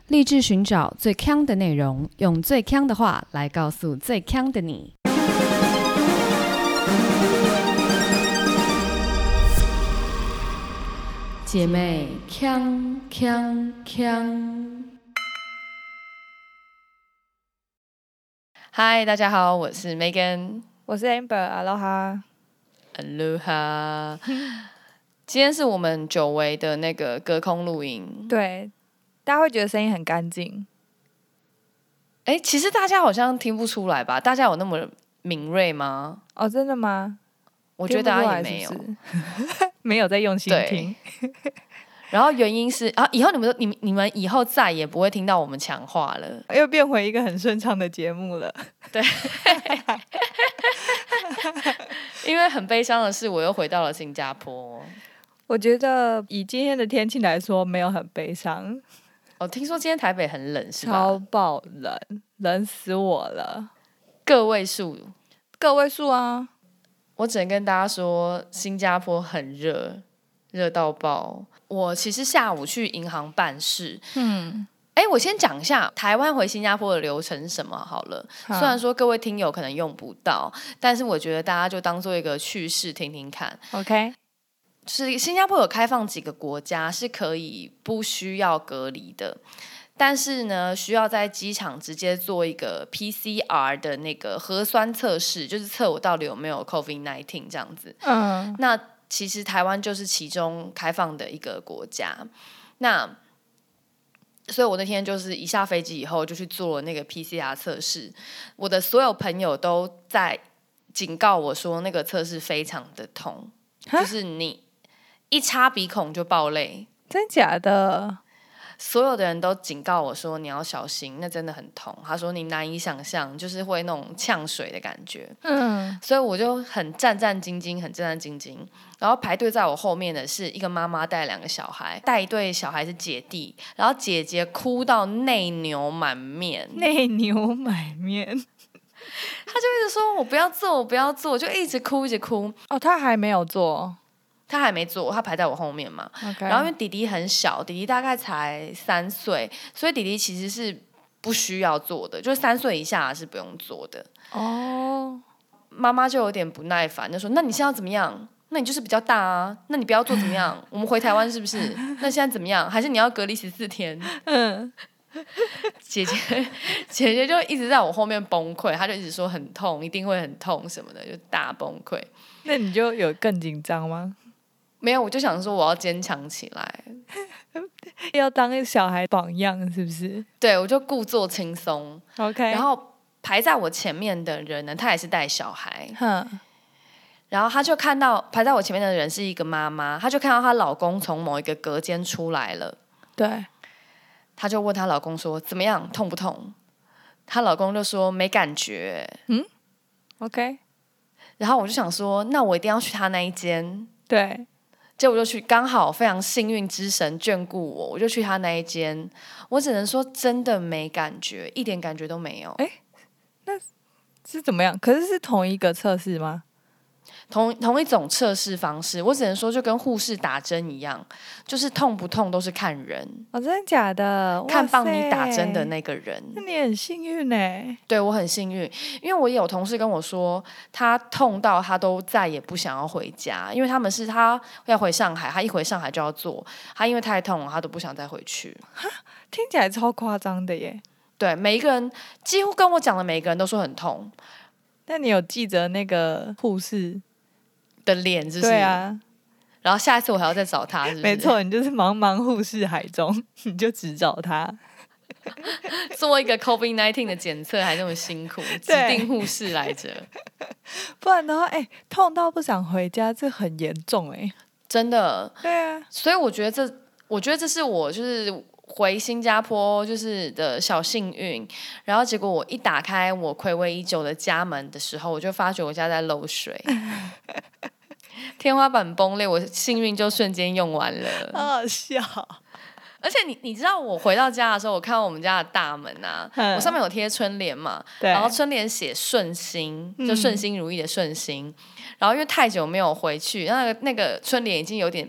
立志寻找最强的内容，用最强的话来告诉最强的你。姐妹，强强强！嗨，大家好，我是 Megan， 我是 Amber，Aloha， Aloha。今天是我们久违的那个隔空录音， 对，大家会觉得声音很干净。 其实大家好像听不出来吧？大家有那么敏锐吗？ 哦，真的吗？ 我觉得大家也没有， 是不是没有在用心听。 然后原因是以后你们以后再也不会听到我们强化了， 又变回一个很顺畅的节目了。 对，因为很悲伤的是，我又回到了新加坡。 我觉得以今天的天气来说，没有很悲伤。 听说今天台北很冷，是吧？ 超爆冷，冷死我了。 个位数啊！ 我只能跟大家说，新加坡很热，热到爆。我其实下午去银行办事，我先讲一下台湾回新加坡的流程是什么好了。虽然说各位听友可能用不到，但是我觉得大家就当做一个趣事听听看。 OK。 是新加坡有开放几个国家是可以不需要隔离的，但是呢，需要在机场直接做一个 PCR 的那个核酸测试，就是测我到底有没有 COVID-19 这样子。那其实台湾就是其中开放的一个国家。那所以我那天就是一下飞机以后就去做了那个 PCR 测试，我的所有朋友都在警告我说那个测试非常的痛，就是你一插鼻孔就爆泪。 真假的？ 所有的人都警告我说你要小心，那真的很痛。他说你难以想象，就是会那种呛水的感觉。所以我就很战战兢兢。然后排队在我后面的是一个妈妈带2个小孩，带一对小孩是姐弟，然后姐姐哭到内牛满面。她就一直说我不要做，就一直哭。 哦，他还没有做。 他还没做，他排在我后面嘛。然后因为弟弟很小，弟弟大概才3岁，所以弟弟其实是不需要做的，就是3岁以下是不用做的。妈妈就有点不耐烦，就说：“那你现在要怎么样？那你就是比较大啊，那你不要做怎么样？我们回台湾是不是？那现在怎么样？还是你要隔离14天？”姐姐就一直在我后面崩溃，她就一直说很痛，一定会很痛什么的，就大崩溃。 那你就有更紧张吗？ 没有，我就想说我要坚强起来， 要当小孩榜样，是不是？ 对，我就故作轻松。 OK。 然后排在我前面的人呢，他也是带小孩。然后他就看到排在我前面的人是一个妈妈，他就看到她老公从某一个隔间出来了。 对。 她就问她老公说：“怎么样，痛不痛？”她老公就说：“没感觉。 OK。 然后我就想说，那我一定要去他那一间。 对。 结果我就去，刚好非常幸运之神眷顾我，我就去他那一间。我只能说真的没感觉，一点感觉都没有。 那是怎么样？可是同一个测试吗？ 同一种测试方式，我只能说就跟护士打针一样，就是痛不痛都是看人。 真的假的？ 看帮你打针的那个人。 那你很幸运耶。 对，我很幸运，因为我也有同事跟我说，他痛到他都再也不想要回家，因为他要回上海，他一回上海就要做，他因为太痛了，他都不想再回去。 听起来超夸张的耶。 对，每一个人几乎跟我讲的每一个人都说很痛。 那你有记着那个护士的脸是不是？ 对啊。 然后下一次我还要再找他，是不是？ 没错，你就是茫茫护士海中，你就只找他。 做一个 COVID-19 的检测还那么辛苦，指定护士来着。 不然的话，痛到不想回家，这很严重真的。 对啊。 所以我觉得这是我就是回新加坡就是的小幸运。然后结果我一打开我睽违已久的家门的时候，我就发觉我家在漏水。天花板崩裂，我幸运就瞬间用完了。 好笑。 而且你知道我回到家的时候，我看到我们家的大门啊，我上面有贴春联嘛，然后春联写顺心，就顺心如意的顺心。然后因为太久没有回去，那个春联已经有点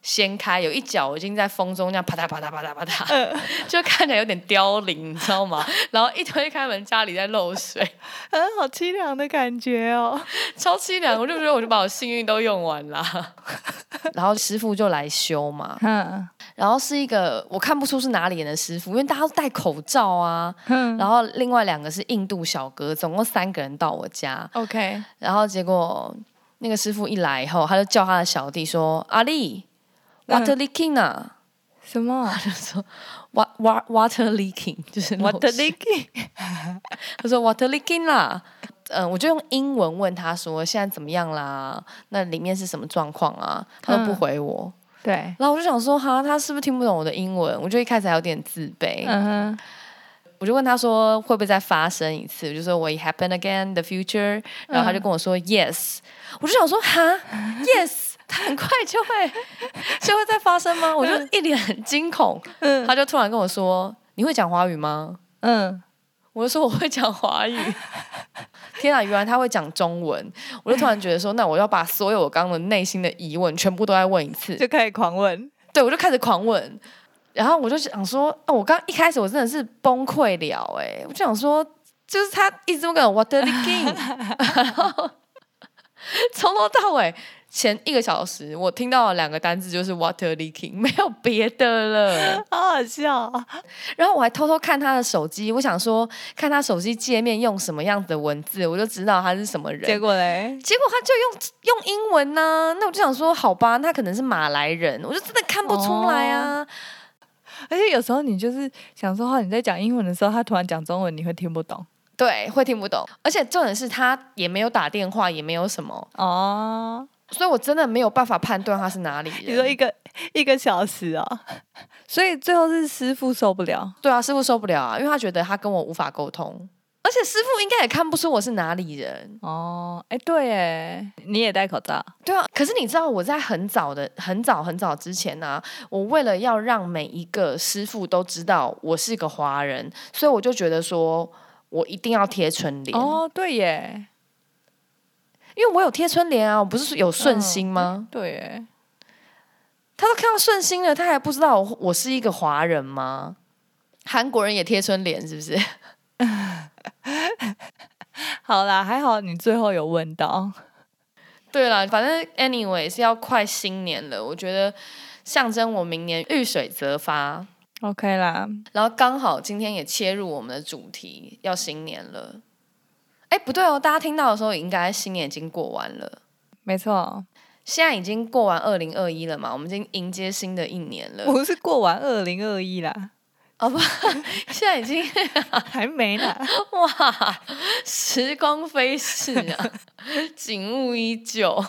掀开，有一角已经在风中这样啪嗒啪嗒啪嗒啪嗒，就看起来有点凋零，你知道吗？然后一推开门，家里在漏水， 好凄凉的感觉哦。 超凄凉。我就觉得我就把我幸运都用完啦。然后师傅就来修嘛，然后是一个我看不出是哪里人的师傅，因为大家都戴口罩啊。然后另外2个是印度小哥，总共3个人到我家。 OK， 然后结果那个师傅一来以后，他就叫他的小弟说：“阿力，water leaking 啊。” 什么？ 他就说 water leaking 就是 ？Water leaking？ 他说 water leaking 啦。我就用英文问他说现在怎么样啦？那里面是什么状况啊？他都不回我。 对。 然后我就想说，哈，他是不是听不懂我的英文？我就一开始还有点自卑。我就问他说会不会再发生一次？我就说 Will it happen again in the future？然后他就跟我说 Yes。我就想说哈 Yes， 他很快就会再发生吗？我就一脸很惊恐。他就突然跟我说你会讲华语吗？我就说我会讲华语。天啊，原来他会讲中文。我就突然觉得说那我要把所有我刚刚的内心的疑问全部都再问一次， 就开始狂问。对， 我就开始狂问。然后我就想说我刚一开始我真的是崩溃了我就想说就是他一直跟我 water leaking 然后从头到尾前1个小时我听到的2个单字就是 water leaking， 没有别的了。 好好笑然后我还偷偷看他的手机，我想说看他手机界面用什么样子的文字，我就知道他是什么人。 结果嘞？ 结果他就用英文啊。那我就想说好吧，他可能是马来人，我就真的看不出来啊。 而且有时候你就是想说你在讲英文的时候，他突然讲中文，你会听不懂。 对，会听不懂。而且重点是他也没有打电话，也没有什么所以我真的没有办法判断他是哪里人。 你说一个小时哦，所以最后是师傅受不了。 对啊，师傅受不了啊，因为他觉得他跟我无法沟通，而且师傅应该也看不出我是哪里人。 对耶，你也戴口罩。 对啊，可是你知道我在很早之前啊，我为了要让每一个师傅都知道我是个华人，所以我就觉得说我一定要贴春联。 对耶， 因为我有贴春联啊，我不是有顺心吗？ 对耶， 他都看到顺心了，他还不知道我是一个华人吗？韩国人也贴春联是不是？ 好啦，还好你最后有问到。 对啦，反正 anyway 是要快新年了，我觉得象征我明年遇水则发。 OK 啦， 然后刚好今天也切入我们的主题，要新年了。不对哦，大家听到的时候应该新年已经过完了。 没错， 现在已经过完2021了嘛，我们已经迎接新的一年了。 不是过完2021啦。 不，现在已经还没呢。 哇，时光飞逝啊，景物依旧。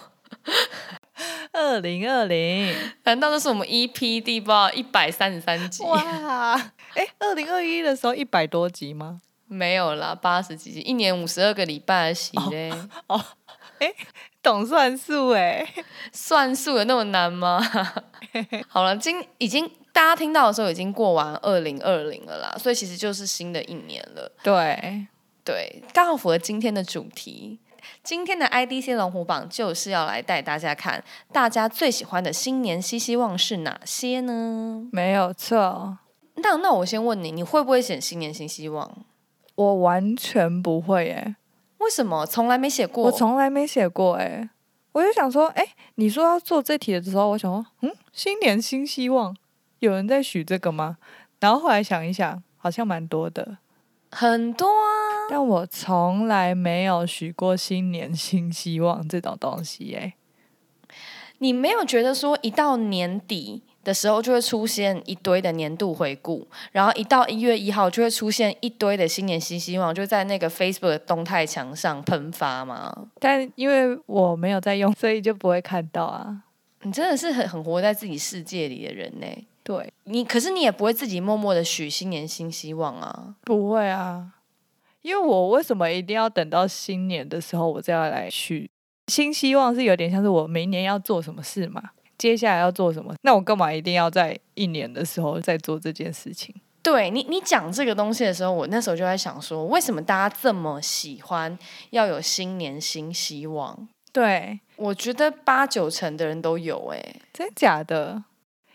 2020， 难道这是我们 EP 第133集？ 哇，2021的时候100多集吗？ 没有啦，80几集，1年52个礼拜的洗嘞。 懂算数算数有那么难吗？好了，已经大家听到的时候已经过完2020了啦，所以其实就是新的一年了。对，刚好符合今天的主题。今天的 IDC 龙虎榜就是要来带大家看大家最喜欢的新年新希望是哪些呢？ 没有错。 那我先问你，你会不会写新年新希望？ 我完全不会为什么？从来没写过。 我从来没写过我就想说你说要做这题的时候，我想说新年新希望，有人在许这个吗？然后后来想一想，好像蛮多的。 很多啊， 但我从来没有许过新年新希望这种东西你没有觉得说一到年底的时候就会出现一堆的年度回顾，然后一到1月1号就会出现一堆的新年新希望，就在那个 Facebook 的动态墙上喷发吗？ 但因为我没有在用，所以就不会看到啊。 你真的是很活在自己世界里的人呢。 对， 可是你也不会自己默默的许新年新希望啊。 不会啊，因为我为什么一定要等到新年的时候我再要来许新希望？是有点像是我明年要做什么事嘛，接下来要做什么，那我干嘛一定要在一年的时候再做这件事情？ 对，你讲这个东西的时候，我那时候就在想说，为什么大家这么喜欢要有新年新希望？ 对， 我觉得8、9成的人都有真假的？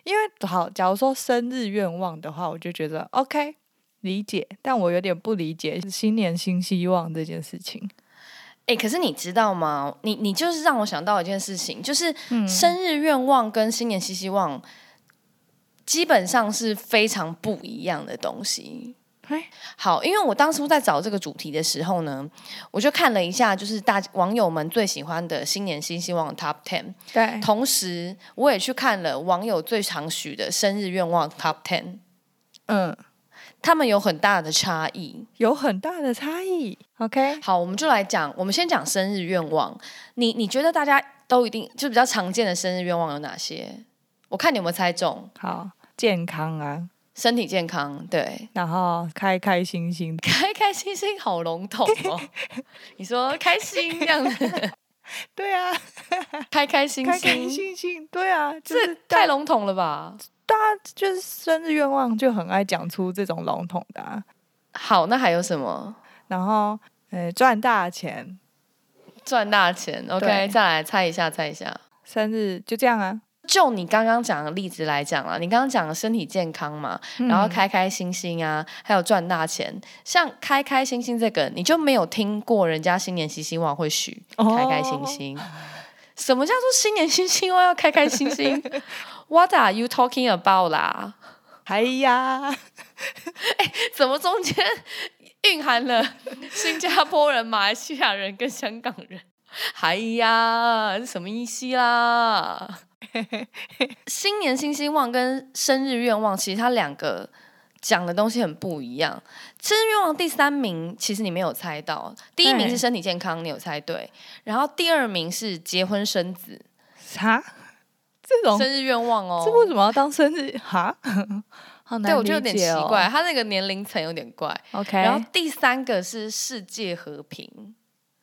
因为好，假如说生日愿望的话，我就觉得 OK 理解，但我有点不理解新年新希望这件事情。 可是你知道吗？你就是让我想到一件事情，就是生日愿望跟新年新希望基本上是非常不一样的东西。好，因为我当初在找这个主题的时候呢，我就看了一下，就是网友们最喜欢的新年新希望 Top 10， 对， 同时我也去看了网友最常许的生日愿望 Top 10，他们有很大的差异， 有很大的差异。OK， 好，我们就来讲，我们先讲生日愿望。你觉得大家都一定就比较常见的生日愿望有哪些？我看你有没有猜中。 好，健康啊， 身体健康，对， 然后开开心心， 开开心心好笼统哦。你说开心这样子， 对啊， 开开心心， 开开心心，对啊，就是这太笼统了吧？ 大家就是生日愿望就很爱讲出这种笼统的啊。 好，那还有什么？ 然后赚大钱， 赚大钱 ，OK， 再来猜一下，猜一下。 生日就这样啊。 就你刚刚讲的例子来讲啦，你刚刚讲的身体健康嘛，然后开开心心啊，还有赚大钱。像开开心心这个，你就没有听过人家新年新希望会许开开心心。什么叫做新年新希望要开开心心？What are you talking about 啦？ 哎呀， 怎么中间蕴含了新加坡人、马来西亚人跟香港人？哎呀，是什么意思啦？新年新希望跟生日愿望，其实它两个讲的东西很不一样。生日愿望第3名，其实你没有猜到，第1名是身体健康，你有猜对，然后第2名是结婚生子。 啥？这种生日愿望哦？ 这为什么要当生日？哈，好难理解哦。 对，我觉得有点奇怪，他那个年龄层有点怪。 OK， 然后第3个是世界和平。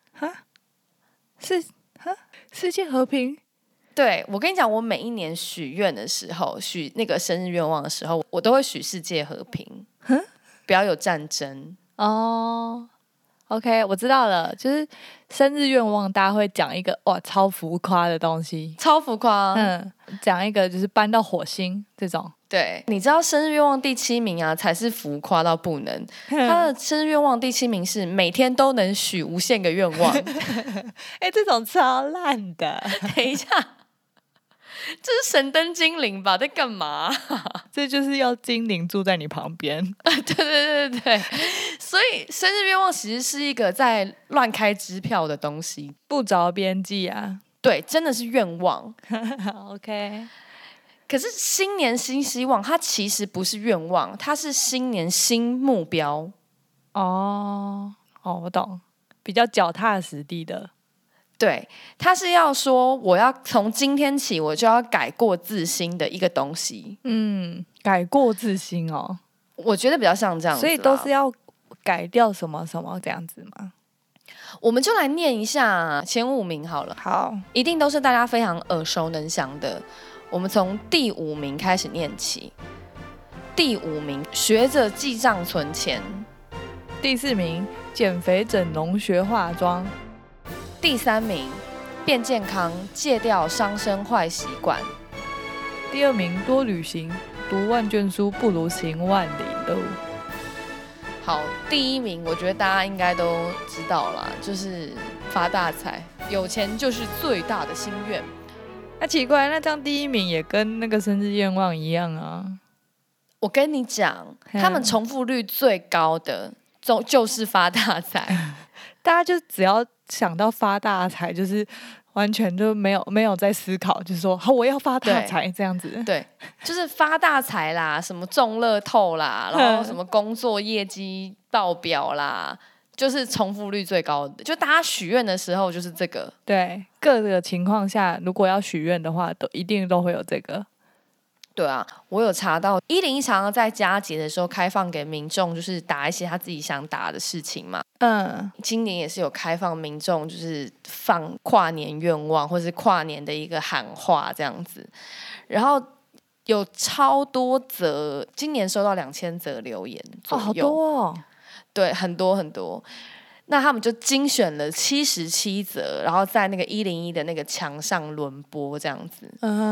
世界和平。 对，我跟你讲，我每一年许愿的时候，许那个生日愿望的时候，我都会许世界和平，不要有战争。 哦，OK， 我知道了，就是生日愿望，大家会讲一个哇超浮夸的东西， 超浮夸。 讲一个就是搬到火星这种。 对，你知道生日愿望第7名啊，才是浮夸到不能。他的生日愿望第7名是每天都能许无限个愿望。 这种超烂的。 等一下。这是神灯精灵吧？在干嘛？ 这就是要精灵住在你旁边。 对，所以生日愿望其实是一个在乱开支票的东西， 不着边际啊。 对，真的是愿望。 OK， 可是新年新希望，它其实不是愿望，它是新年新目标。 哦，我懂，比较脚踏实地的。 对，他是要说我要从今天起我就要改过自新的一个东西。 改过自新哦， 我觉得比较像这样子， 所以都是要改掉什么什么这样子吗？ 我们就来念一下前5名好了。 好， 一定都是大家非常耳熟能详的。我们从第5名开始念起。第5名，学着记账存钱。 第4名，减肥整容学化妆。 第3名，变健康，戒掉伤身坏习惯。 第2名，多旅行，读万卷书不如行万里路。 好，第1名我觉得大家应该都知道啦，就是发大财，有钱就是最大的心愿。 那奇怪，那这样第1名也跟那个生日愿望一样啊？ 我跟你讲，他们重复率最高的就是发大财。 大家就只要想到发大财，就是完全就没有在思考，就是说好我要发大财这样子。 对，就是发大财啦，什么中乐透啦，然后什么工作业绩爆表啦，就是重复率最高的。就大家许愿的时候就是这个。 对，各个情况下如果要许愿的话，都一定都会有这个。 对啊，我有查到101常常在佳节的时候开放给民众，就是打一些他自己想打的事情嘛。今年也是有开放民众就是放跨年愿望或是跨年的一个喊话这样子，然后有超多则，今年收到2000则留言左右。 好多哦。 对，很多很多。那他们就精选了77则，然后在那个101的那个墙上轮播这样子。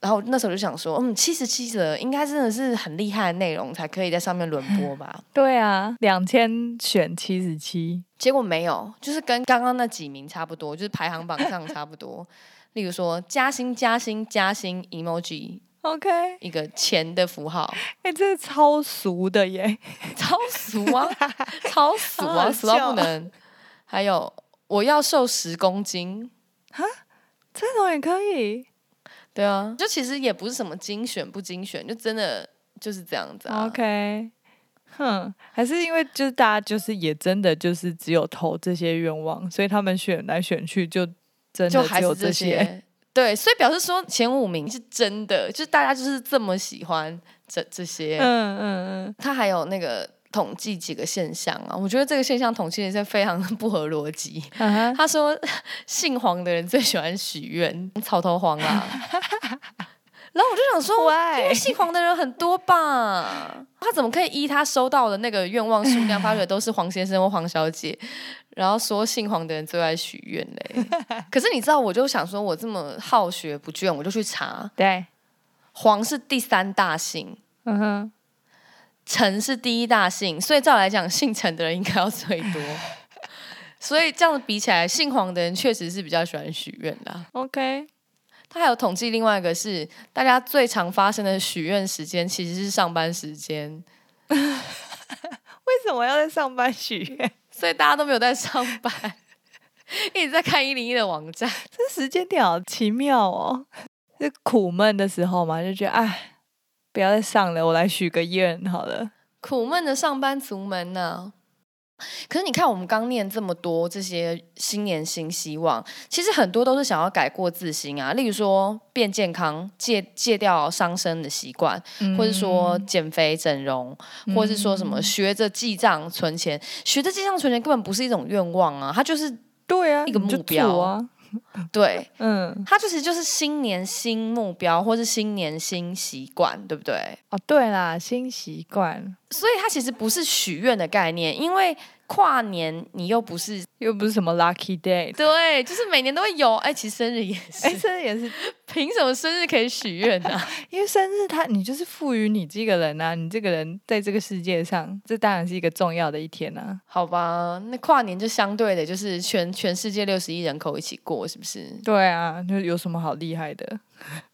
然后那时候就想说77则应该真的是很厉害的内容才可以在上面轮播吧。 对啊，2000选77， 结果没有，就是跟刚刚那几名差不多，就是排行榜上差不多。例如说加薪加薪加薪 emoji， OK， 一个钱的符号， 这超俗的耶， 超俗啊，超俗啊，俗到不能。还有我要瘦10公斤， 这种也可以。 对啊，就其实也不是什么精选不精选，就真的就是这样子啊。 OK， 还是因为就是大家就是也真的就是只有投这些愿望，所以他们选来选去就真的只有就还是这些。对，所以表示说前5名是真的，就是大家就是这么喜欢这些。他还有那个统计几个现象啊，我觉得这个现象统计的是非常不合逻辑。他说姓黄的人最喜欢许愿，草头黄啊。然后我就想说，因为姓黄的人很多吧，他怎么可以依他收到的那个愿望数量，发觉都是黄先生或黄小姐，然后说姓黄的人最爱许愿嘞？可是你知道，我就想说，我这么好学不倦，我就去查， 对， 黄是第3大姓，陈是第1大姓，所以照来讲，姓陈的人应该要最多。所以这样子比起来，姓黄的人确实是比较喜欢许愿啦。 OK， 他还有统计另外一个是，大家最常发生的许愿时间其实是上班时间。 为什么要在上班许愿？ 所以大家都没有在上班，一直在看101的网站。 这时间点好奇妙哦，是苦闷的时候嘛，就觉得哎，不要再上了，我来许个愿好了。 苦闷的上班族们呢？可是你看，我们刚念这么多这些新年新希望，其实很多都是想要改过自新啊。例如说变健康，戒掉伤身的习惯，或者说减肥整容，或是说什么学着记账存钱。学着记账存钱根本不是一种愿望啊，它就是对啊， 一个目标啊。 对，它就是新年新目标，或是新年新习惯，对不对？ 哦，对啦，新习惯， 所以它其实不是许愿的概念，因为跨年你又不是什么 lucky day， 对，就是每年都会有。其实生日也是， 生日也是， 凭什么生日可以许愿呢？ 因为生日你就是赋予你这个人啊，你这个人在这个世界上，这当然是一个重要的一天啊。 好吧，那跨年就相对的，就是全世界60亿人口一起过，是不是？ 对啊，就有什么好厉害的？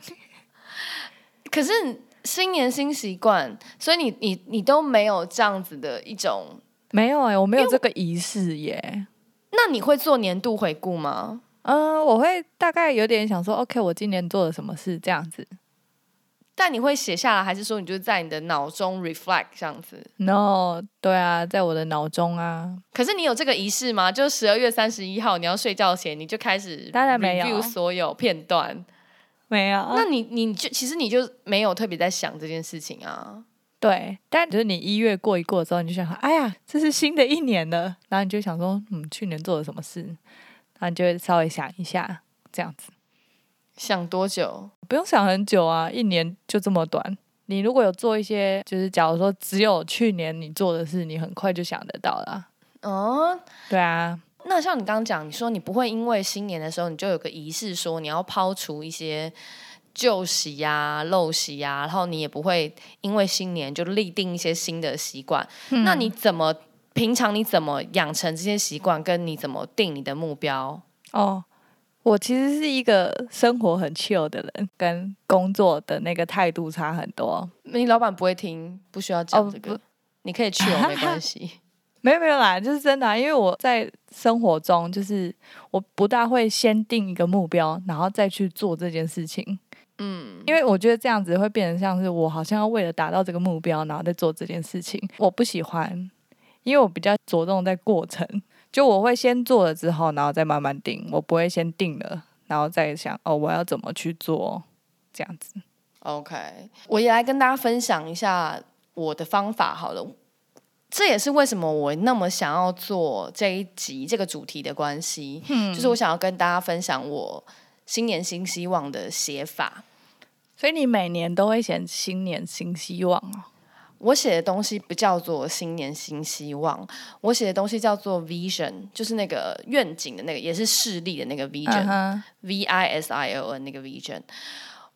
可是新年新习惯，所以你都没有这样子的一种。 没有我没有这个仪式耶。 那你会做年度回顾吗？ 我会大概有点想说 ，OK， 我今年做了什么事这样子。 但你会写下来，还是说你就在你的脑中 reflect 这样子 ？No， 对啊，在我的脑中啊。 可是你有这个仪式吗？就12月31号你要睡觉前，你就开始当然没有 review 所有片段。 没有。 那你就其实你就没有特别在想这件事情啊。 对，但就是你1月过一过之后，你就想说，哎呀，这是新的一年了，然后你就想说，去年做了什么事，然后你就会稍微想一下，这样子。 想多久？ 不用想很久啊，1年就这么短。你如果有做一些，就是假如说只有去年你做的事，你很快就想得到啦。对啊。 那像你刚刚讲，你说你不会因为新年的时候你就有个仪式，说你要抛除一些旧习啊、陋习啊，然后你也不会因为新年就立定一些新的习惯。那你平常你怎么养成这些习惯，跟你怎么定你的目标？ 我其实是一个生活很 chill 的人，跟工作的那个态度差很多。 你老板不会听，不需要讲这个，你可以chill没关系。 没有啦，就是真的因为我在生活中，就是我不大会先定一个目标，然后再去做这件事情。因为我觉得这样子会变成像是我好像要为了达到这个目标，然后再做这件事情，我不喜欢，因为我比较着重在过程，就我会先做了之后，然后再慢慢定，我不会先定了，然后再想我要怎么去做，这样子。 OK， 我也来跟大家分享一下我的方法好了。这也是为什么我那么想要做这一集这个主题的关系，就是我想要跟大家分享我新年新希望的写法。 所以你每年都会写新年新希望哦？ 我写的东西不叫做新年新希望，我写的东西叫做 vision， 就是那个愿景的那个，也是视力的那个 vision，vision，那个 vision。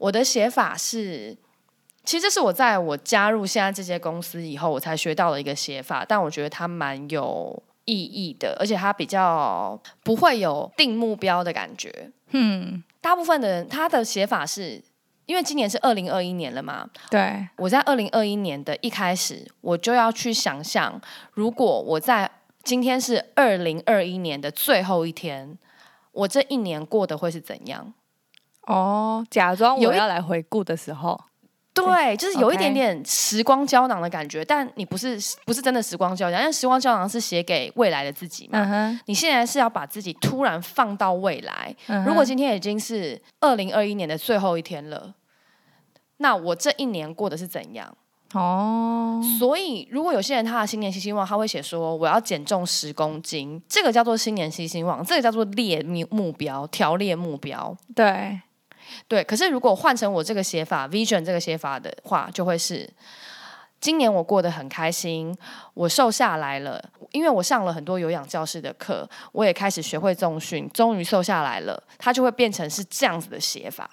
我的写法是，其实这是我在我加入现在这些公司以后，我才学到的一个写法，但我觉得它蛮有意义的，而且它比较不会有定目标的感觉。大部分的人他的写法是，因为今年是2021年了嘛， 对， 我在2021年的一开始，我就要去想象，如果我在今天是2021年的最后一天，我这一年过得会是怎样？ 假装我要来回顾的时候， 对，就是有一点点时光胶囊的感觉，但你不是真的时光胶囊，因为时光胶囊是写给未来的自己嘛。你现在是要把自己突然放到未来。如果今天已经是2021年的最后一天了，那我这一年过的是怎样？所以如果有些人他的新年新希望，他会写说我要减重10公斤，这个叫做新年新希望，这个叫做列目标、条列目标。对，可是如果换成我这个写法 vision 这个写法的话，就会是今年我过得很开心，我瘦下来了，因为我上了很多有氧教室的课，我也开始学会重训，终于瘦下来了，它就会变成是这样子的写法。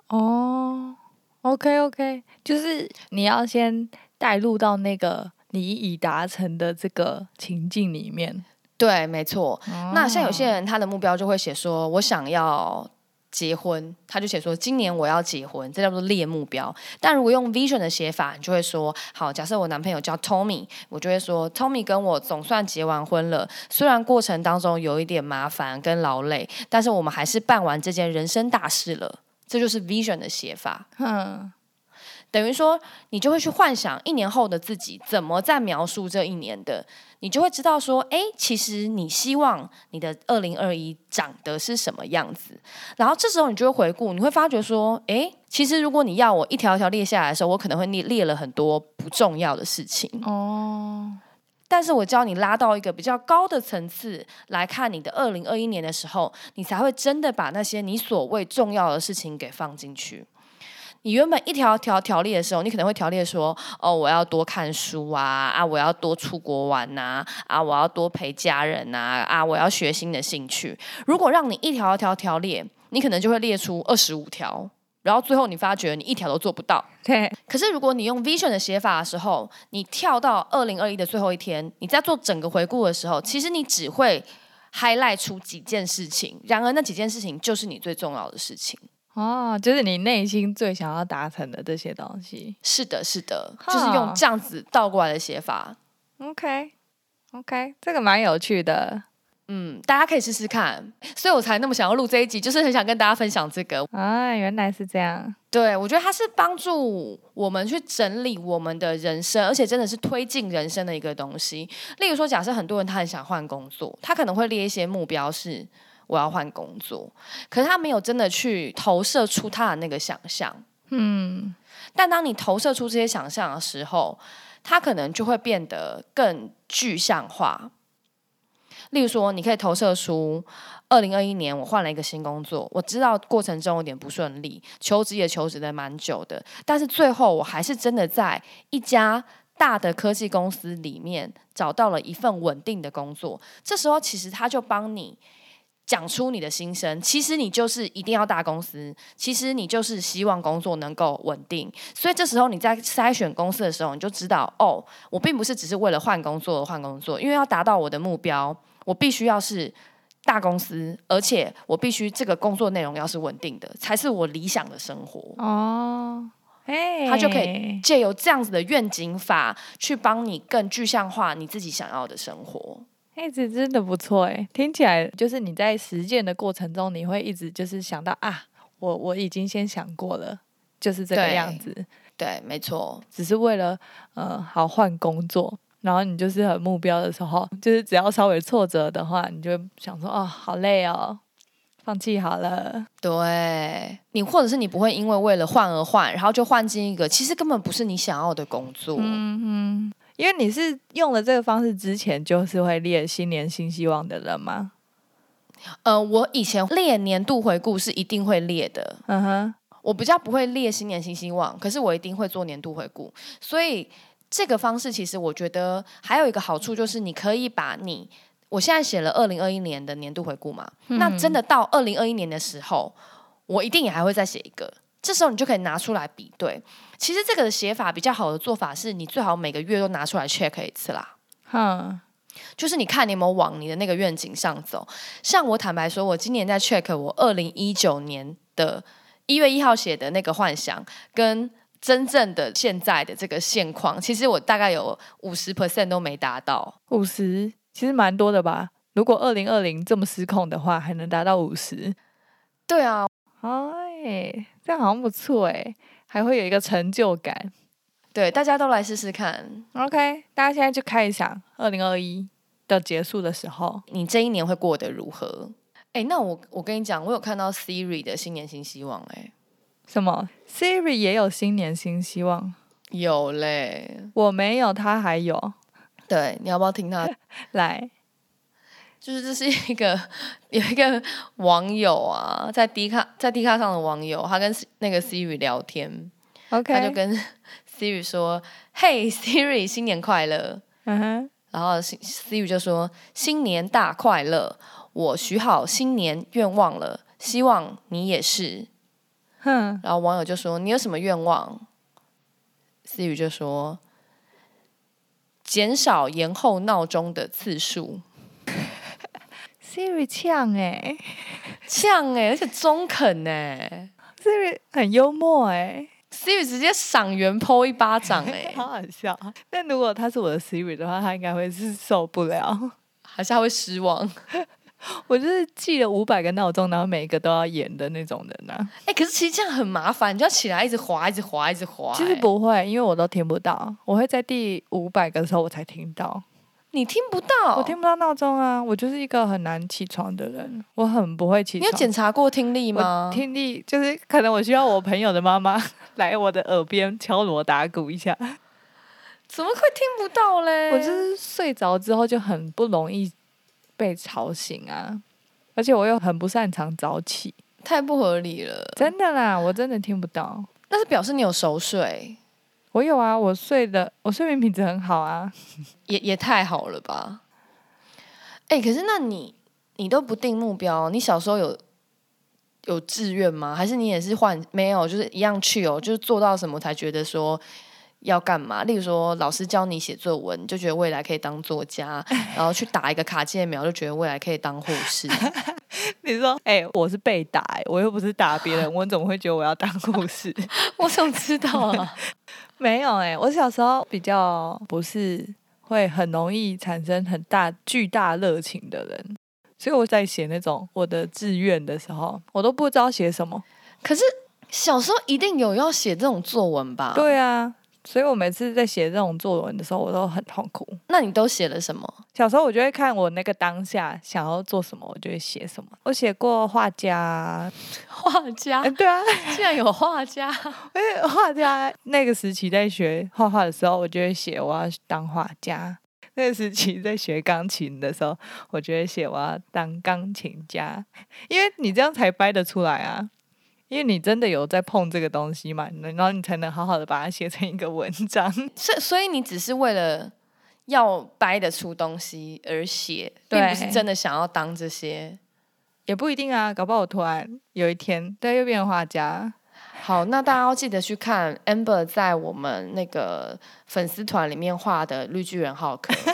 OK， 就是你要先带入到那个你已达成的这个情境里面。 对，没错。那像有些人他的目标就会写说我想要结婚，他就写说今年我要结婚，这叫做列目标。但如果用 vision 的写法，你就会说好，假设我男朋友叫 Tommy， 我就会说 Tommy 跟我总算结完婚了，虽然过程当中有一点麻烦跟劳累，但是我们还是办完这件人生大事了，这就是 vision 的写法。等于说你就会去幻想1年后的自己怎么在描述这一年的，你就会知道说，其实你希望你的2021长得是什么样子。然后这时候你就会回顾，你会发觉说，其实如果你要我一条一条列下来的时候，我可能会列了很多不重要的事情。但是我教你拉到一个比较高的层次来看你的2021年的时候，你才会真的把那些你所谓重要的事情给放进去。你原本一条条条列的时候，你可能会条列说，我要多看书啊，我要多出国玩啊，我要多陪家人啊，我要学新的兴趣。如果让你一条条条列，你可能就会列出25条，然后最后你发觉你一条都做不到。 对。 可是如果你用 vision 的写法的时候，你跳到2021的最后一天，你在做整个回顾的时候，其实你只会 highlight 出几件事情，然而那几件事情就是你最重要的事情。 就是你内心最想要达成的这些东西。 是的，就是用这样子倒过来的写法。 OK， 这个蛮有趣的。 大家可以试试看。所以我才那么想要录这一集，就是很想跟大家分享这个。 原来是这样。 对，我觉得它是帮助我们去整理我们的人生，而且真的是推进人生的一个东西。例如说，假设很多人他很想换工作，他可能会列一些目标是我要换工作，可是他没有真的去投射出他的那个想象。但当你投射出这些想象的时候，它可能就会变得更具象化。例如说，你可以投射出2021年我换了一个新工作，我知道过程中有点不顺利，求职也求职的蛮久的，但是最后我还是真的在一家大的科技公司里面找到了一份稳定的工作。这时候其实他就帮你讲出你的心声，其实你就是一定要大公司，其实你就是希望工作能够稳定。所以这时候你在筛选公司的时候，你就知道我并不是只是为了换工作而换工作，因为要达到我的目标，我必须要是大公司，而且我必须这个工作内容要是稳定的，才是我理想的生活。他就可以借由这样子的愿景法去帮你更具象化你自己想要的生活。 这真的不错听起来就是你在实践的过程中，你会一直就是想到我已经先想过了，就是这个样子。 对，没错。 只是为了好换工作，然后你就是很目标的时候，就是只要稍微挫折的话，你就会想说好累放弃好了。 对，你或者是你不会因为了换而换，然后就换进一个其实根本不是你想要的工作。 因为你是用了这个方式之前就是会列新年新希望的人吗？ 我以前列年度回顾是一定会列的。我比较不会列新年新希望，可是我一定会做年度回顾。所以这个方式其实我觉得还有一个好处，就是你可以把我现在写了2021年的年度回顾嘛，那真的到2021年的时候，我一定也还会再写一个。 这时候你就可以拿出来比对。其实这个的写法比较好的做法是，你最好每个月都拿出来 check 一次啦。就是你看你有没有往你的那个愿景上走。像我坦白说，我今年在 check 我2019年的1月1号写的那个幻想，跟真正的现在的这个现况，其实我大概有50% 都没达到。 50其实蛮多的吧？如果2020这么失控的话，还能达到50？ 对啊， 哎，这样好像不错哎，还会有一个成就感。 对，大家都来试试看。 OK， 大家现在就开始想2021的结束的时候， 你这一年会过得如何？那我跟你讲，我有看到 Siri 的新年新希望。 什么 Siri 也有新年新希望？ 有嘞， 我没有，他还有。 对，你要不要听他？ 来， 就是这是有一个网友啊，在 D 卡上的网友，他跟那个 Siri 聊天。 OK， 他就跟 Siri 说：“嘿 Siri， 新年快乐。”然后 Siri 就说：“新年大快乐，我许好新年愿望了，希望你也是。”然后网友就说：“你有什么愿望？” Siri 就说：“减少延后闹钟的次数。 ”Siri 呛呛而且中肯 Siri 很幽默 Siri 直接赏原 po 一巴掌好好笑。但如果他是我的 Siri 的话，他应该会是受不了， 还是他会失望。 我就是记了500个闹钟，然后每一个都要演的那种人啊。 可是其实这样很麻烦，你就要起来一直滑，一直滑，一直滑。 其实不会，因为我都听不到，我会在第500个的时候我才听到。 你听不到？ 我听不到闹钟啊！我就是一个很难起床的人，我很不会起床。 你有检查过听力吗？ 听力就是可能我需要我朋友的妈妈来我的耳边敲锣打鼓一下。 怎么会听不到嘞？ 我就是睡着之后就很不容易被吵醒啊，而且我又很不擅长早起， 太不合理了。 真的啦，我真的听不到。 那是表示你有熟睡。 我有啊，我睡眠品质很好啊。 也太好了吧。可是那你都不定目标，你小时候有志愿吗？还是你也是没有，就是一样去就是做到什么才觉得说要干嘛？例如说老师教你写作文，你就觉得未来可以当作家，然后去打一个卡介苗，就觉得未来可以当护士。 你说我是被打我又不是打别人，我怎么会觉得我要当护士？ 我想知道啊。 没有我小时候比较不是会很容易产生巨大热情的人，所以我在写那种我的志愿的时候，我都不知道写什么。 可是小时候一定有要写这种作文吧？ 对啊，所以我每次在写这种作文的时候，我都很痛苦。 那你都写了什么？ 小时候我就会看我那个当下想要做什么，我就会写什么。我写过画家，对啊， 竟然有画家。 画家那个时期在学画画的时候，我就会写我要当画家。那个时期在学钢琴的时候，我就会写我要当钢琴家，因为你这样才掰得出来啊。因为你真的有在碰这个东西嘛，然后你才能好好的把它写成一个文章。 所以你只是为了要掰得出东西而写，并不是真的想要当这些。 也不一定啊，搞不好我突然有一天又变成画家。 好，那大家要记得去看 Amber 在我们那个粉丝团里面画的绿巨人浩克。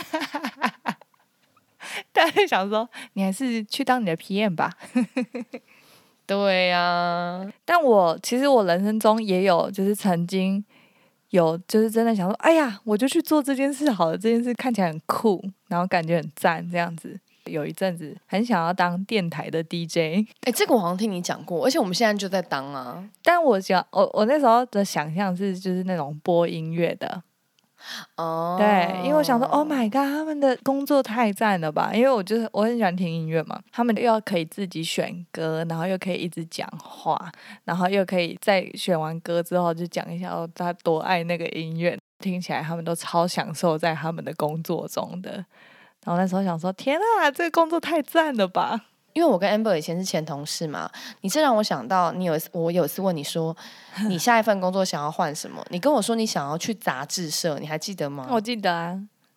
大家想说，你还是去当你的 PM 吧。 对啊， 但其实我人生中也有，就是曾经有，就是真的想说，哎呀，我就去做这件事好了，这件事看起来很酷，然后感觉很赞，这样子。有一阵子很想要当电台的 DJ， 这个我好像听你讲过，而且我们现在就在当啊。 但我那时候的想象是就是那种播音乐的。对，因为我想说 ，Oh my god， 他们的工作太赞了吧！因为我很喜欢听音乐嘛，他们又可以自己选歌，然后又可以一直讲话，然后又可以在选完歌之后就讲一下他多爱那个音乐，听起来他们都超享受在他们的工作中的。然后那时候想说，天啊，这个工作太赞了吧！ 因为我跟 Amber 以前是前同事嘛，你这让我想到，我有一次问你说，你下一份工作想要换什么？你跟我说你想要去杂志社，你还记得吗？ 我记得啊。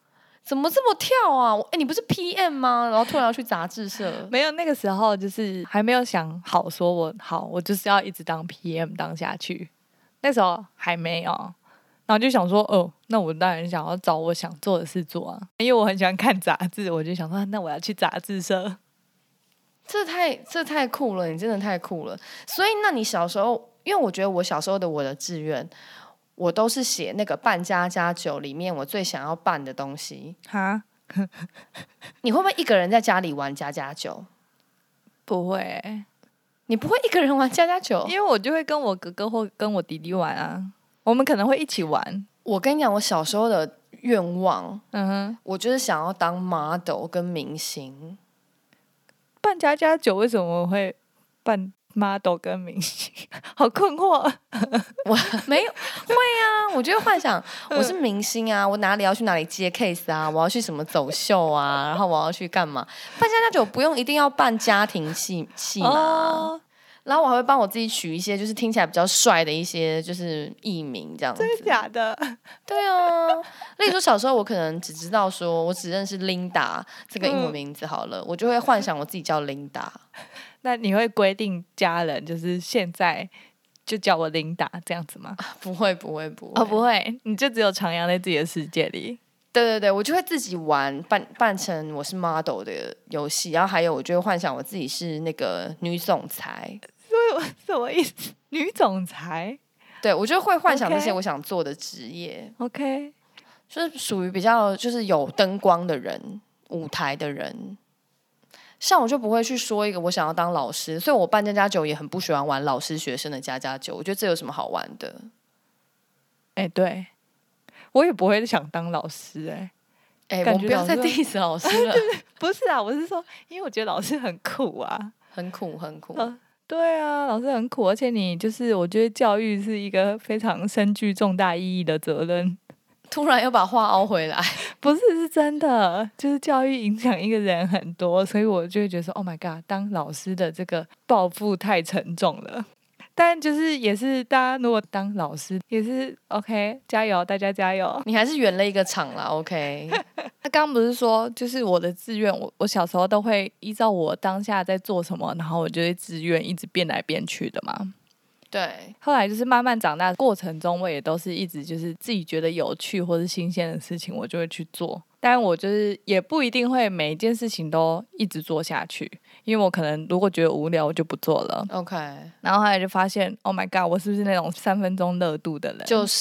怎么这么跳啊？你不是 PM 吗？然后突然要去杂志社？ 没有，那个时候就是还没有想好说我就是要一直当 PM 当下去，那时候还没有，然后就想说那我当然想要找我想做的事做啊，因为我很喜欢看杂志，我就想说那我要去杂志社。 这太酷了，你真的太酷了。所以那你小时候，因为我觉得我小时候的我的志愿，我都是写那个办家家酒里面我最想要办的东西。 哈， 你会不会一个人在家里玩家家酒？ 不会欸， 你不会一个人玩家家酒？ 因为我就会跟我哥哥或跟我弟弟玩啊，我们可能会一起玩。 我跟你讲，我小时候的愿望， 嗯哼， 我就是想要当 model 跟明星。 办家家酒为什么会办 model 跟明星？好困惑。 我没有会啊，我就会幻想我是明星啊，我哪里要去哪里接 case 啊，我要去什么走秀啊，然后我要去干嘛？办家家酒不用一定要办家庭戏嘛。 哦， 然后我还会帮我自己取一些就是听起来比较帅的一些就是艺名这样子。 真的假的？ 对啊，例如说小时候我可能只知道说我只认识 Linda 这个英文名字好了，我就会幻想我自己叫 Linda。 那你会规定家人就是现在就叫我琳达这样子吗？ 不会， 不会，你就只有徜徉在自己的世界里。 对，我就会自己玩扮成我是 model 的游戏，然后还有我就会幻想我自己是那个女总裁。 什么意思？女总裁？ 对，我就会幻想这些我想做的职业。 OK， 就是属于比较就是有灯光的人，舞台的人。像我就不会去说一个我想要当老师，所以我办家家酒也很不喜欢玩老师学生的家家酒，我觉得这有什么好玩的？ 对，我也不会想当老师我们不要再 diss 老师了。 不是啊，我是说，因为我觉得老师很苦啊， 很苦。 对啊，老师很苦，而且你就是我觉得教育是一个非常深具重大意义的责任。 突然又把话凹回来， 不是，是真的，就是教育影响一个人很多，所以我就会觉得说 ，Oh my god，当老师的这个抱负太沉重了。但就是也是大家如果当老师也是 OK， 加油，大家加油。 你还是圆了一个场啦 ，OK。 他刚刚不是说，就是我的志愿，我小时候都会依照我当下在做什么，然后我就会志愿一直变来变去的嘛。 对， 后来就是慢慢长大的过程中，我也都是一直就是自己觉得有趣或是新鲜的事情，我就会去做。但我就是也不一定会每一件事情都一直做下去，因为我可能如果觉得无聊，我就不做了。 OK， 然后后来就发现 ，Oh my god，我是不是那种3分钟热度的人？ 就是。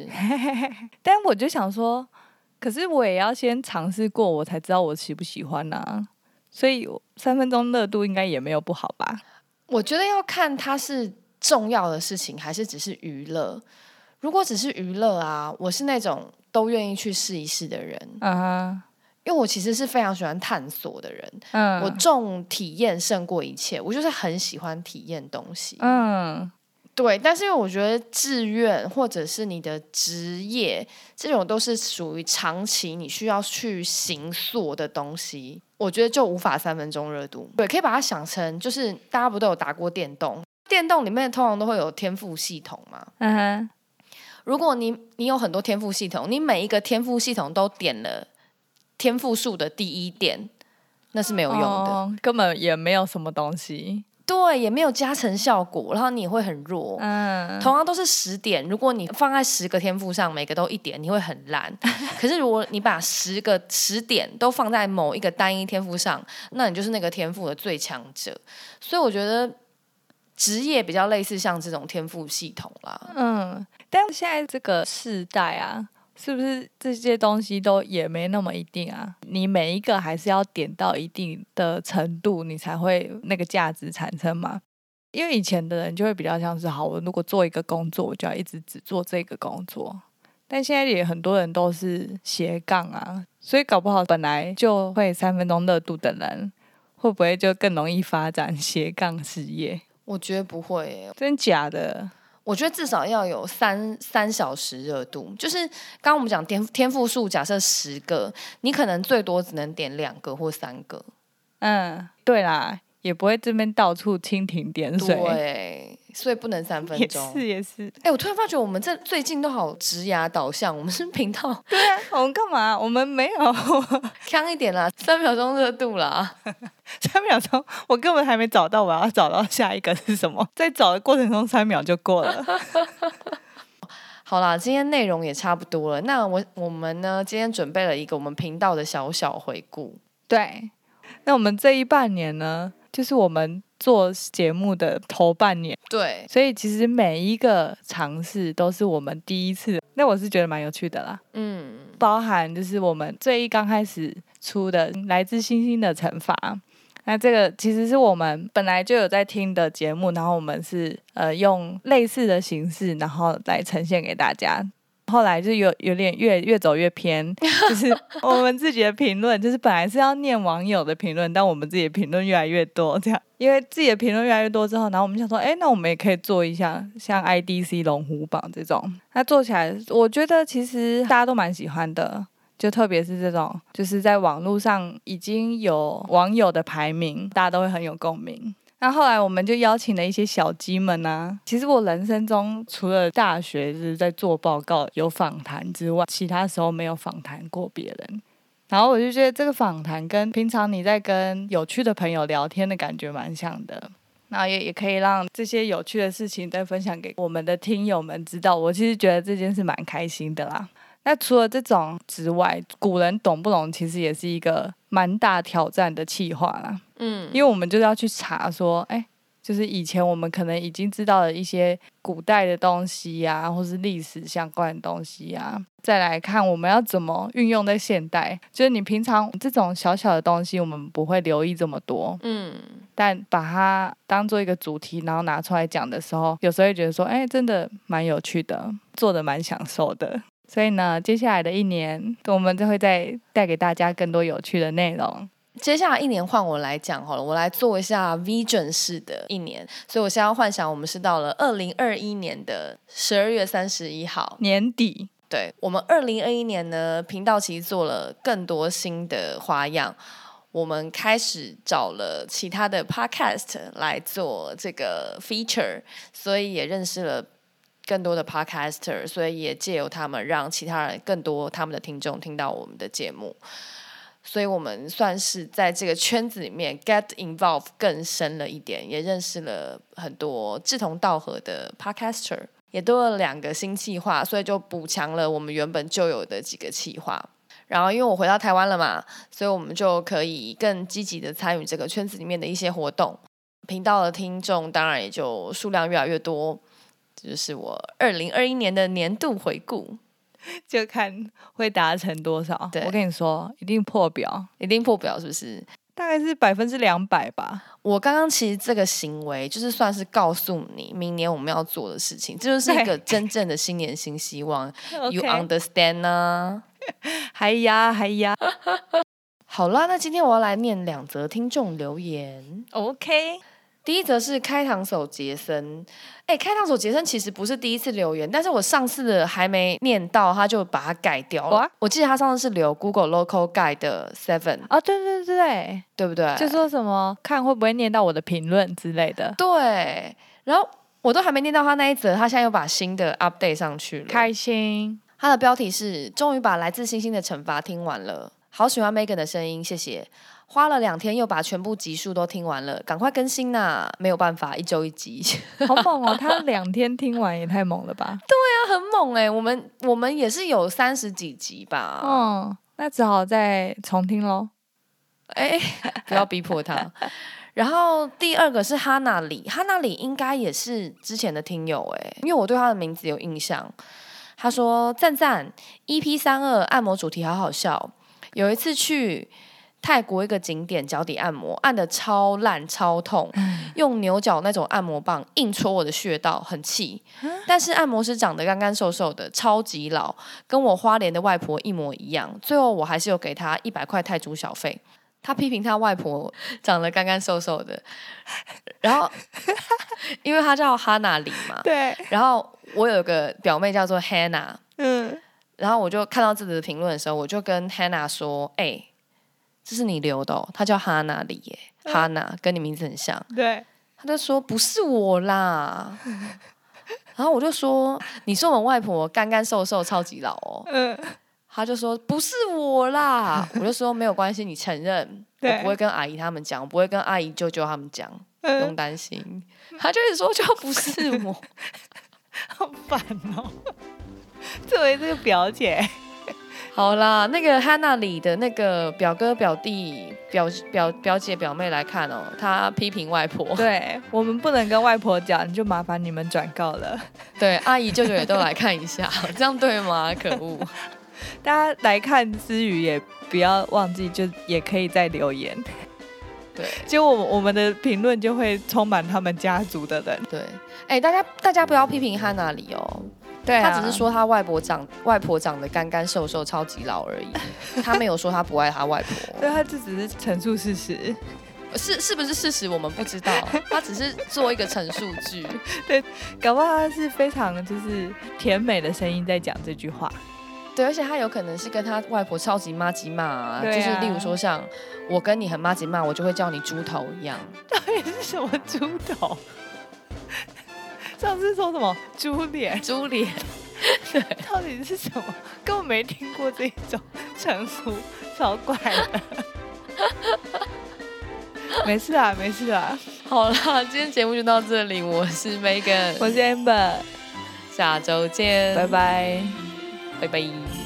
但我就想说，可是我也要先尝试过，我才知道我喜不喜欢啊。所以3分钟热度应该也没有不好吧？ 我觉得要看它是重要的事情还是只是娱乐。如果只是娱乐啊，我是那种都愿意去试一试的人。因为我其实是非常喜欢探索的人。我重体验胜过一切，我就是很喜欢体验东西。对，但是因为我觉得志愿或者是你的职业，这种都是属于长期你需要去形塑的东西，我觉得就无法3分钟热度。对，可以把它想成就是大家不都有打过电动，电动里面通常都会有天赋系统嘛。如果你有很多天赋系统，你每一个天赋系统都点了天赋树的第一点，那是没有用的。 根本也没有什么东西。 对，也没有加成效果，然后你也会很弱。同样都是10点，如果你放在10个天赋上，每个都1点，你会很烂。可是如果你把10点都放在某一个单一天赋上，那你就是那个天赋的最强者。所以我觉得职业比较类似像这种天赋系统啦。 但现在这个世代啊，是不是这些东西都也没那么一定啊？你每一个还是要点到一定的程度，你才会那个价值产生嘛。因为以前的人就会比较像是，好，我如果做一个工作，我就要一直只做这个工作。但现在也很多人都是斜杠啊，所以搞不好本来就会3分钟热度的人，会不会就更容易发展斜杠事业？ 我觉得不会耶。 真假的？ 我觉得至少要有3小时热度，就是刚刚我们讲天赋数，假设10个，你可能最多只能点2个或3个。 对啦，也不会这边到处蜻蜓点水。 对， 所以不能3分钟。 也是。 我突然发觉我们这最近都好职涯导向，我们是频道。 对啊，我们干嘛？我们没有强一点啦，3秒钟热度啦。 3秒钟，我根本还没找到，我要找到下一个是什么？在找的过程中3秒就过了。 好啦，今天内容也差不多了。那我们呢，今天准备了一个我们频道的小小回顾。 对，那我们这一半年呢，就是我们做节目的头半年。 对， 所以其实每一个尝试都是我们第一次，那我是觉得蛮有趣的啦。包含就是我们最刚开始出的来自星星的惩罚，那这个其实是我们本来就有在听的节目，然后我们是用类似的形式，然后来呈现给大家。后来就有点越走越偏，就是我们自己的评论，就是本来是要念网友的评论，但我们自己的评论越来越多，这样，因为自己的评论越来越多之后，然后我们想说，那我们也可以做一下像 IDC 龙虎榜这种，那做起来，我觉得其实大家都蛮喜欢的。就特别是这种，就是在网络上已经有网友的排名，大家都会很有共鸣。那后来我们就邀请了一些小鸡们啊。其实我人生中除了大学就是在做报告有访谈之外，其他时候没有访谈过别人。然后我就觉得这个访谈跟平常你在跟有趣的朋友聊天的感觉蛮像的。然后也可以让这些有趣的事情再分享给我们的听友们知道。我其实觉得这件事蛮开心的啦。那除了这种之外，古人懂不懂其实也是一个蛮大挑战的企划啦。因为我们就是要去查说，就是以前我们可能已经知道了一些古代的东西啊，或是历史相关的东西啊，再来看我们要怎么运用在现代。就是你平常这种小小的东西，我们不会留意这么多，但把它当做一个主题，然后拿出来讲的时候，有时候会觉得说，真的蛮有趣的，做的蛮享受的。所以呢，接下来的一年，我们就会再带给大家更多有趣的内容。 接下来一年换我来讲好了，我来做一下 vision 式的一年。所以我现在要幻想我们是到了2021年的12月31号年底。 对，我们2021年呢，频道其实做了更多新的花样。我们开始找了其他的 podcast 来做这个 feature， 所以也认识了更多的 podcaster， 所以也借由他们让其他人更多他们的听众听到我们的节目。所以我们算是在这个圈子里面 get involved 更深了一点，也认识了很多志同道合的 podcaster， 也多了2个新企划，所以就补强了我们原本就有的几个企划。然后因为我回到台湾了嘛，所以我们就可以更积极的参与这个圈子里面的一些活动，频道的听众当然也就数量越来越多。这就是我2021年的年度回顾， 就看会达成多少。我跟你说，一定破表， 一定破表，是不是？ 大概是200%吧。 我刚刚其实这个行为就是算是告诉你明年我们要做的事情，这就是一个真正的新年新希望。You understand 呢？ 嗨呀。 好啦，那今天我要来念2则听众留言。 OK。 第一则是开膛手杰森，开膛手杰森其实不是第一次留言，但是我上次的还没念到，他就把它改掉了。我记得他上次是留 Google Local Guide 的 7。 哦，对， 对不对？ 就说什么看会不会念到我的评论之类的。 对，然后我都还没念到他那一则，他现在又把新的 update 上去了， 开心。 他的标题是终于把来自星星的惩罚听完了，好喜欢 Megan 的声音，谢谢。花了2天又把全部集数都听完了，赶快更新呐！没有办法，1周1集。 好猛哦，他2天听完也太猛了吧。 对啊，很猛我们也是有30几集吧。 那只好再重听咯。 不要逼迫他。然后第2个是哈娜里，哈娜里应该也是之前的听友因为我对他的名字有印象。他说赞 EP32 按摩主题好好笑，有一次去泰国一个景点脚底按摩，按得超烂超痛，用牛角那种按摩棒硬戳我的穴道，很气。但是按摩师长得干干瘦瘦的，超级老，跟我花莲的外婆一模一样。最后我还是有给他100块泰铢小费。他批评他外婆长得干干瘦瘦的，然后因为他叫哈娜里嘛， 对， 然后我有个表妹叫做 Hannah，然后我就看到这则评论的时候，我就跟 Hannah 说，这是你留的哦，她叫哈娜里耶，哈娜跟你名字很像。 对， 他就说不是我啦，然后我就说你说我们外婆干干瘦瘦超级老哦，他就说不是我啦，我就说没有关系，你承认，我不会跟阿姨他们讲，我不会跟阿姨舅舅他们讲，不用担心。他就一直说就不是我， 好烦哦。作为这个表姐， 好啦，那个汉娜里的那个表哥表弟表姐表妹来看哦，他批评外婆， 对我们不能跟外婆讲，就麻烦你们转告了。 对，阿姨舅舅也都来看一下，这样对吗？可恶！ 大家来看之余也不要忘记，就也可以再留言。 对， 结果我们的评论就会充满他们家族的人。 对，哎，大家不要批评汉娜里哦。 对啊， 他只是说他外婆长得干干瘦瘦超级老而已，他没有说他不爱他外婆。 对，他这只是陈述事实， 是不是事实我们不知道，他只是做一个陈述句。 对，搞不好他是非常就是甜美的声音在讲这句话。 对，而且他有可能是跟他外婆超级妈吉骂啊，就是例如说像我跟你很妈吉骂，我就会叫你猪头一样。 到底是什么猪头？上次说什么猪脸？ 猪脸，对， 到底是什么？根本没听过这种称呼，超怪的。没事啦，没事啦。 好啦，今天节目就到这里，我是 Megan， 我是 Amber， 下周见， 拜拜， 拜拜。